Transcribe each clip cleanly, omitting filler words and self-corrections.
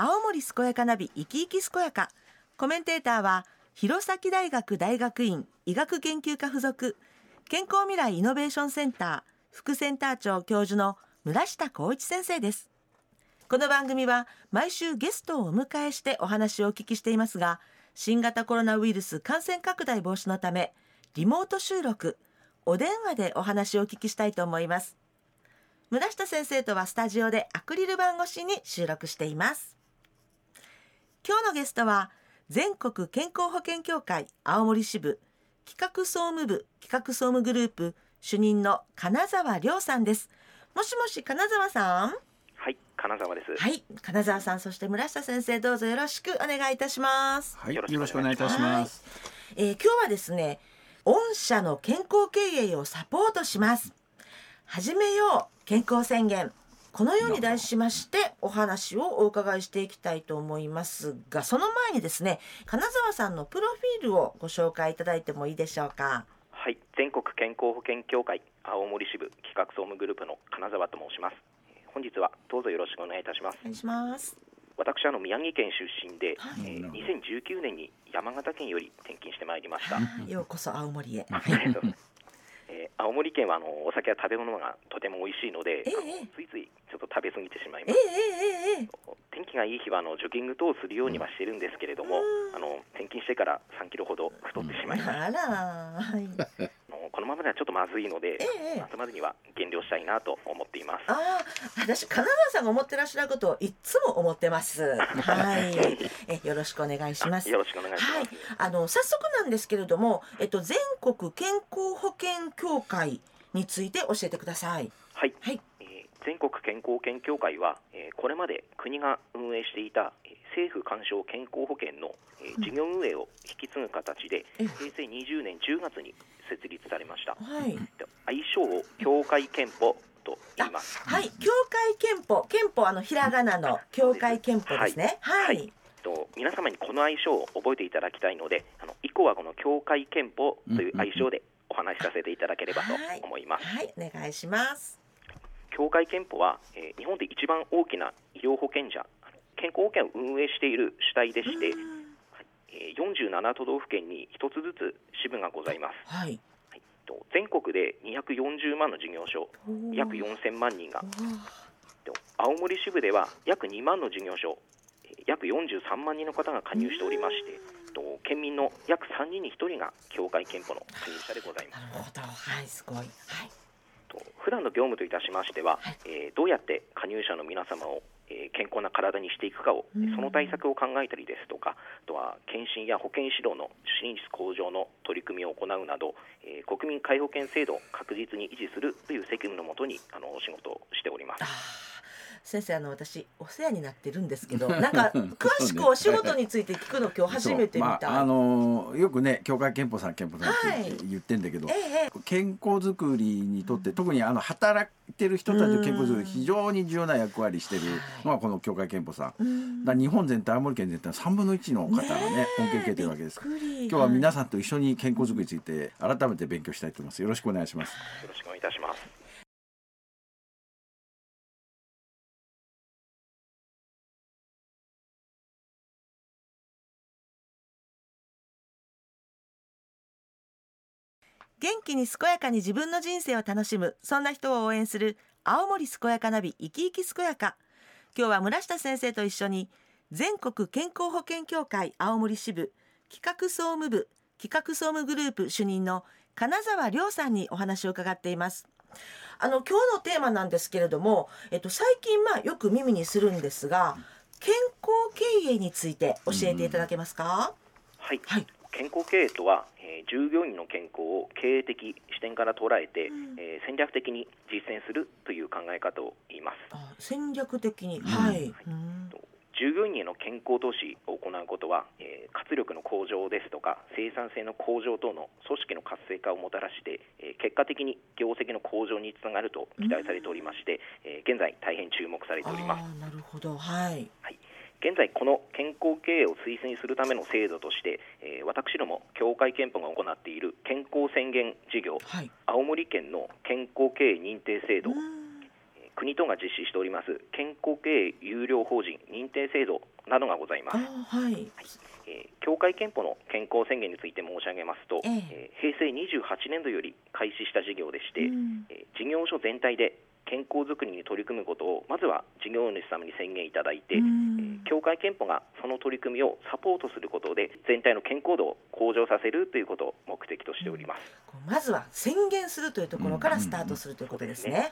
青森健やかナビ生き生き健やか。コメンテーターは弘前大学大学院医学研究科附属健康未来イノベーションセンター副センター長教授の村下孝一先生です。この番組は毎週ゲストをお迎えしてお話をお聞きしていますが、新型コロナウイルス感染拡大防止のためリモート収録、お電話でお話をお聞きしたいと思います。村下先生とはスタジオでアクリル板越しに収録しています。今日のゲストは全国健康保険協会青森支部企画総務部企画総務グループ主任の金沢亮さんです。もしもし金沢さん。 はい、金沢です。 はい、金沢さん、そして村下先生、どうぞよろしくお願いいたします。 はい、よろしくお願いいたします。 今日はですね、御社の健康経営をサポートします。始めよう健康宣言、このように題しましてお話をお伺いしていきたいと思いますが、その前にですね、金沢さんのプロフィールをご紹介いただいてもいいでしょうか。 はい、全国健康保険協会青森支部企画総務グループの金沢と申します。本日はどうぞよろしくお願いいたします。 お願いします。 私は宮城県出身で、2019年に山形県より転勤してまいりました。 ようこそ青森へ。 青森県はお酒や食べ物がとても美味しいので、ついついちょっと食べ過ぎてしまいます。天気がいい日はジョギング等をするようにはしてるんですけれども、転勤してから3キロほど太ってしまいました。このままではちょっとまずいので、夏までには減量したいなと思っています。 私金沢さんが思ってらっしゃることをいつも思ってます。はい、よろしくお願いします。 よろしくお願いします。 早速なんですけれども、全国健康保険協会について教えてください。 はい、全国健康保険協会は、これまで国が運営していた政府勧奨健康保険の事業運営を引き継ぐ形で、平成20年10月に設立されました。愛称を協会憲法と言います。 はい、協会憲法、憲法ひらがなの協会憲法ですね。 皆様にこの愛称を覚えていただきたいので、以降はこの協会憲法という愛称でお話しさせていただければと思います。 はい、お願いします。 協会憲法は、日本で一番大きな医療保険者、健康保険を運営している主体でして、47都道府県に1つずつ支部がございます。全国で240万の事業所、約4000万人が、青森支部では約2万の事業所、約43万人の方が加入しておりまして、県民の約3人に1人が協会憲法の加入者でございます。 なるほど、はい、すごい。 普段の業務といたしましては、どうやって加入者の皆様を健康な体にしていくかを、その対策を考えたりですとか、あとは検診や保健指導の受診率向上の取り組みを行うなど、国民皆保険制度を確実に維持するという責務のもとにお仕事をしております。 先生、私お世話になってるんですけど、なんか詳しくお仕事について聞くの今日初めてみたい。 よくね、協会憲法さんって言ってんだけど、健康づくりにとって特に働いてる人たちの健康づくり非常に重要な役割してるのがこの協会憲法さん。日本全体、青森県全体の3分の1の方がね恩恵を受けてるわけです。今日は皆さんと一緒に健康づくりについて改めて勉強したいと思います。よろしくお願いします。 よろしくお願いいたします。 元気に健やかに自分の人生を楽しむ、そんな人を応援する青森健やかナビ生き生き健やか。今日は村下先生と一緒に全国健康保険協会青森支部企画総務部企画総務グループ主任の金沢亮さんにお話を伺っています。今日のテーマなんですけれども、最近よく耳にするんですが、健康経営について教えていただけますか。 健康経営とは、従業員の健康を経営的視点から捉えて、戦略的に実践するという考え方を言います。 戦略的に、 従業員への健康投資を行うことは、活力の向上ですとか生産性の向上等の組織の活性化をもたらして、結果的に業績の向上につながると期待されておりまして、現在大変注目されております。 なるほど。 現在この健康経営を推進するための制度として、私ども協会憲法が行っている健康宣言事業、青森県の健康経営認定制度、 国等が実施しております健康経営優良法人認定制度などがございます。協会憲法の健康宣言について申し上げますと、平成28年度より開始した事業でして、事業所全体で健康づくりに取り組むことをまずは事業主様に宣言いただいて、協会憲法がその取り組みをサポートすることで全体の健康度を向上させるということを目的としております。 まずは宣言するというところからスタートするということですね。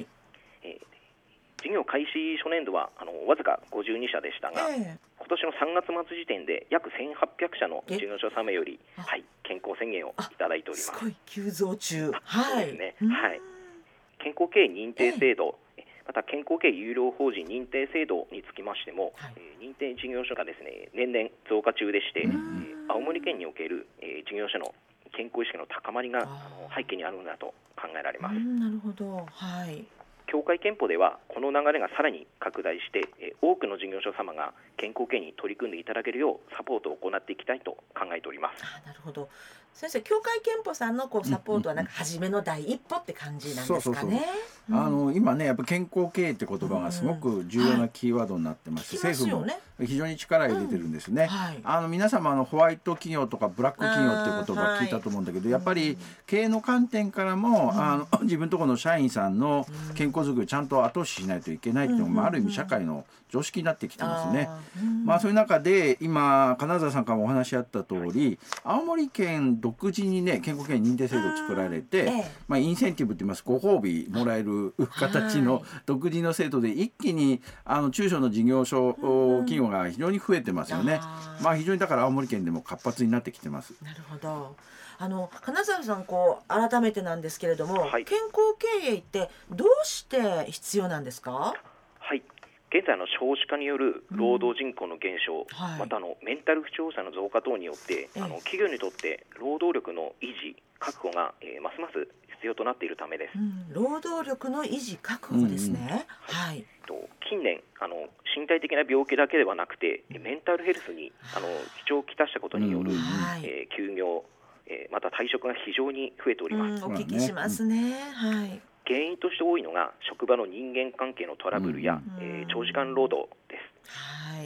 事業開始初年度はわずか52社でしたが、今年の3月末時点で約1800社の事業所様より、健康宣言をいただいております。 すごい急増中。 そうですね。健康経営認定制度、また健康経営優良法人認定制度につきましても、認定事業所がですね年々増加中でして、青森県における事業所の健康意識の高まりが背景にあるのだと考えられます。 なるほど。 協会憲法ではこの流れがさらに拡大して多くの事業所様が健康経営に取り組んでいただけるようサポートを行っていきたいと考えております。 なるほど。先生、協会憲法さんのサポートはなんか初めの第一歩って感じなんですかね。 今ねやっぱ健康経営って言葉がすごく重要なキーワードになってますし、政府も非常に力を入れてるんですね。皆様ホワイト企業とかブラック企業って言葉聞いたと思うんだけど、やっぱり経営の観点からも自分とこの社員さんの健康づくりをちゃんと後押ししないといけないっていうのもある意味社会の常識になってきてますね。そういう中で今金沢さんからもお話あった通り、青森県独自にね健康経営認定制度を作られて、インセンティブって言いますご褒美もらえる形の独自の制度で一気に中小の事業所企業が非常に増えてますよね。非常にだから青森県でも活発になってきてます。 なるほど。金沢さん改めてなんですけれども、健康経営ってどうして必要なんですか？ 現在少子化による労働人口の減少、またメンタル不調者の増加等によって企業にとって労働力の維持確保がますます必要となっているためです。 労働力の維持確保ですね。 近年身体的な病気だけではなくてメンタルヘルスに支障をきたしたことによる休業、また退職が非常に増えております。 お聞きしますね。 原因として多いのが職場の人間関係のトラブルや、長時間労働です。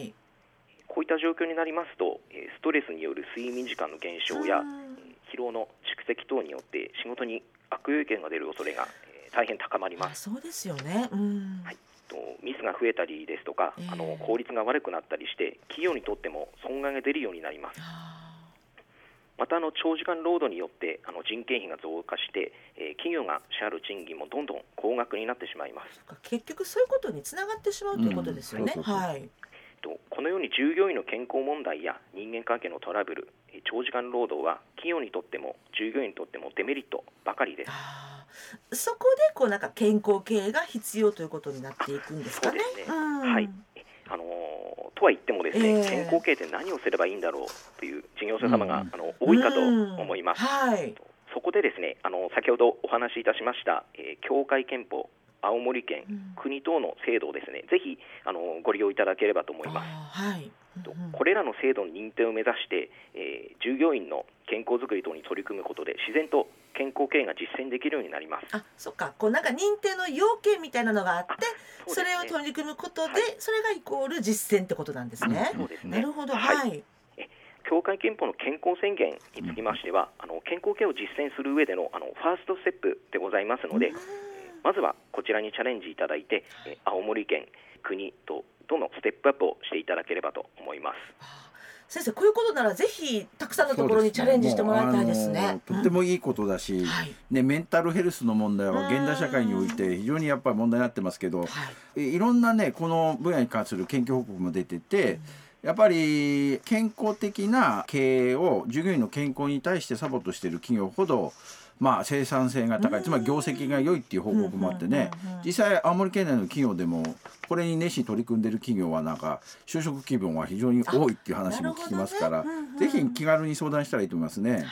こういった状況になりますとストレスによる睡眠時間の減少や疲労の蓄積等によって仕事に悪影響が出る恐れが大変高まります。 そうですよね。 ミスが増えたりですとか効率が悪くなったりして企業にとっても損害が出るようになります。また長時間労働によって人件費が増加して、企業が支払う賃金もどんどん高額になってしまいます。 結局そういうことにつながってしまうということですよね。 このように従業員の健康問題や人間関係のトラブル、長時間労働は企業にとっても従業員にとってもデメリットばかりです。 そこでなんか健康経営が必要ということになっていくんですかね。 とは言ってもですね、健康経営って何をすればいいんだろうという事業者様が多いかと思います。そこでですね先ほどお話しいたしました、協会憲法青森県、国等の制度をですねぜひご利用いただければと思います。これらの制度の認定を目指して、従業員の健康づくり等に取り組むことで自然と健康経営が実践できるようになります。 そっか、なんか認定の要件みたいなのがあって、それを取り組むことで、それがイコール実践ってことなんですね。なるほど。 協会憲法の健康宣言につきましては、健康経営を実践する上でのファーストステップでございますので、まずはこちらにチャレンジいただいて、青森県、国とのステップアップをしていただければと思います。 先生、こういうことならぜひたくさんのところにチャレンジしてもらいたいですね。 とってもいいことだし、メンタルヘルスの問題は現代社会において非常にやっぱり問題になってますけど、いろんなこの分野に関する研究報告も出てて、やっぱり健康的な経営を従業員の健康に対してサポートしている企業ほど生産性が高い、つまり業績が良いっていう報告もあってね、実際青森県内の企業でもこれに熱心に取り組んでいる企業はなんか就職希望が非常に多いっていう話も聞きますから、ぜひ気軽に相談したらいいと思いますね。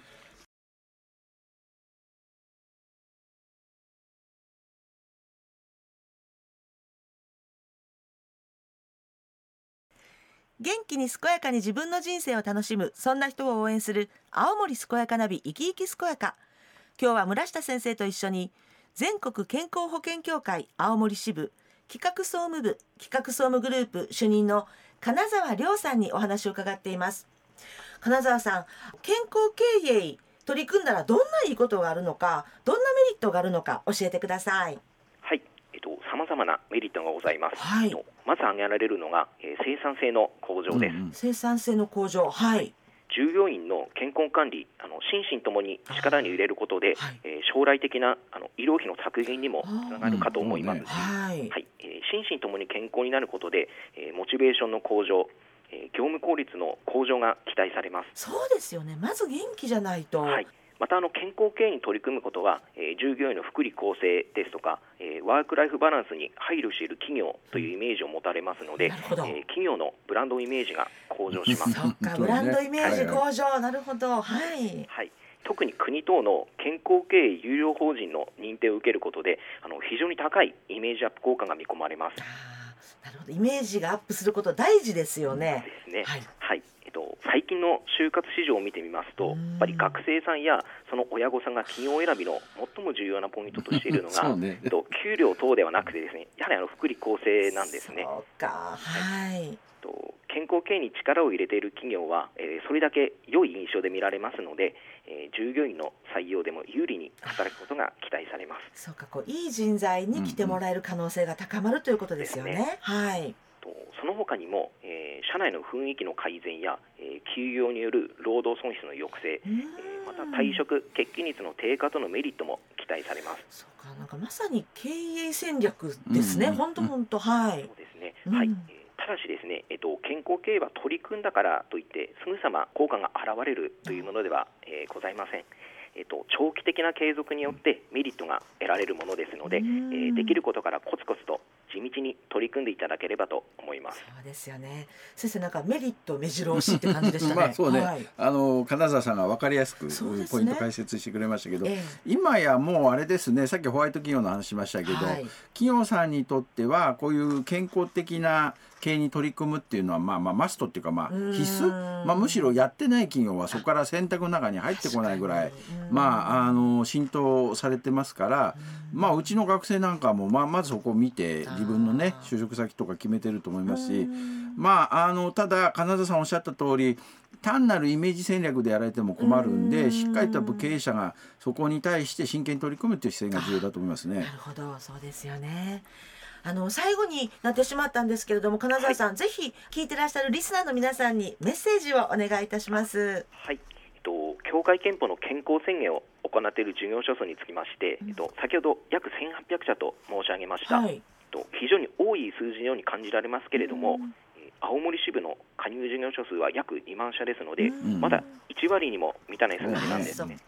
元気に健やかに自分の人生を楽しむ、そんな人を応援する青森健やかナビ生き生き健やか。今日は村下先生と一緒に全国健康保険協会青森支部企画総務部企画総務グループ主任の金沢亮さんにお話を伺っています。金沢さん、健康経営取り組んだらどんないいことがあるのか、どんなメリットがあるのか教えてください。 はい、様々なメリットがございます。 はい、 まず挙げられるのが、生産性の向上です。 生産性の向上、はい。 従業員の健康管理、心身ともに力に入れることで、将来的な医療費の削減にもつながるかと思いますし、心身ともに健康になることで、モチベーションの向上、業務効率の向上が期待されます。 そうですよね。まず元気じゃないと。 また健康経営に取り組むことは、従業員の福利厚生ですとか、ワークライフバランスに配慮している企業というイメージを持たれますので、企業のブランドイメージが向上します。 そうか、ブランドイメージ向上、なるほど。 特に国等の健康経営優良法人の認定を受けることで、非常に高いイメージアップ効果が見込まれます。 なるほど、イメージがアップすること大事ですよね。 ですね。最近の就活市場を見てみますと、やっぱり学生さんやその親御さんが企業選びの最も重要なポイントとしているのが給料等ではなくてですね、やはり福利厚生なんですね。健康経営に力を入れている企業は、それだけ良い印象で見られますので、従業員の採用でも有利に働くことが期待されます。 そうか、いい人材に来てもらえる可能性が高まるということですよね。 その他にも、社内の雰囲気の改善や、休業による労働損失の抑制、また退職欠勤率の低下とのメリットも期待されます。 そうか、なんかまさに経営戦略ですね。本当そうですね。ただしですね、健康経営は取り組んだからといってすぐさま効果が現れるというものでは、ございません。長期的な継続によってメリットが得られるものですので、できることからコツコツと地道に取り組んでいただければと思います。 そうですよね。先生、なんかメリット目白押しって感じでしたね。 そうね、金沢さんが分かりやすくポイント解説してくれましたけど、今やもうあれですね、さっきホワイト企業の話しましたけど、企業さんにとってはこういう健康的な経営に取り組むっていうのはマストっていうか必須、むしろやってない企業はそこから選択の中に入ってこないぐらい浸透されてますから、うちの学生なんかもまずそこを見て自分のね就職先とか決めてると思いますし、ただ金沢さんおっしゃった通り、単なるイメージ戦略でやられても困るんで、しっかりと経営者がそこに対して真剣に取り組むという姿勢が重要だと思いますね。 なるほど、そうですよね。最後になってしまったんですけれども、金沢さん、ぜひ聞いてらっしゃるリスナーの皆さんにメッセージをお願いいたします。 協会憲法の健康宣言を行っている事業所数につきまして、先ほど約1800社と申し上げました。非常に多い数字のように感じられますけれども、青森支部の加入事業所数は約2万社ですので、まだ1割にも満たない数字なんですね。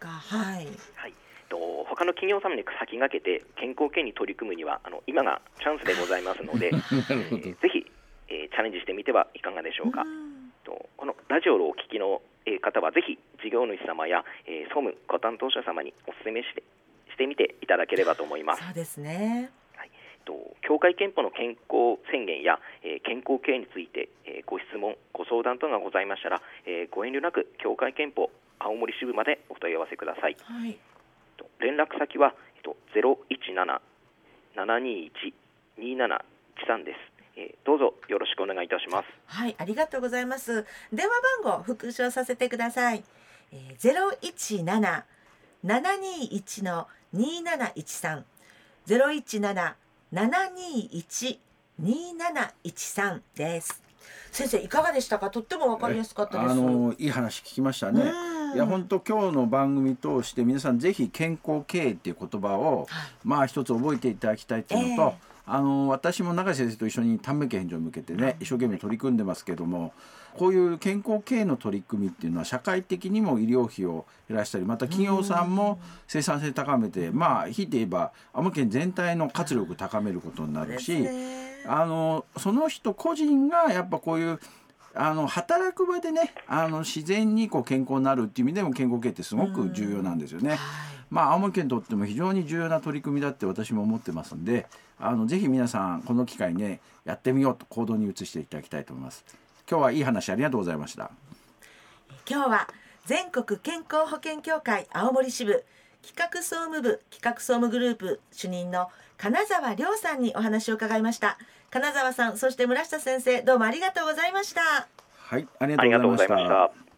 他の企業様に先駆けて健康経営に取り組むには今がチャンスでございますのでぜひ、チャレンジしてみてはいかがでしょうか。このラジオをお聞きの方はぜひ事業主様や、総務ご担当者様にお勧めしてみていただければと思います。 そうですね。 協会憲法の健康宣言や、健康経営について、ご質問ご相談等がございましたら、ご遠慮なく協会憲法青森支部までお問い合わせください。連絡先は、017-721-2713 です。どうぞよろしくお願いいたします。 はい、ありがとうございます。電話番号復唱させてください。017-721-2713 017-721-2713 です。先生、いかがでしたか？とっても分かりやすかったです。 いい話聞きましたね。いや本当今日の番組通して皆さんぜひ健康経営っていう言葉を、一つ覚えていただきたいというのと、私も永井先生と一緒に短命返上に向けてね一生懸命取り組んでますけども、こういう健康経営の取り組みっていうのは社会的にも医療費を減らしたり、また企業さんも生産性高めて、ひいて言えば青森県全体の活力を高めることになるし、その人個人がやっぱこういう働く場でね自然に健康になるっていう意味でも健康経営ってすごく重要なんですよね。青森県にとっても非常に重要な取り組みだって私も思ってますんで、ぜひ皆さんこの機会にねやってみようと行動に移していただきたいと思います。今日はいい話ありがとうございました。 今日は全国健康保険協会青森支部企画総務部企画総務グループ主任の金沢亮さんにお話を伺いました。金沢さん、そして村下先生、どうもありがとうございました。 はい、ありがとうございました。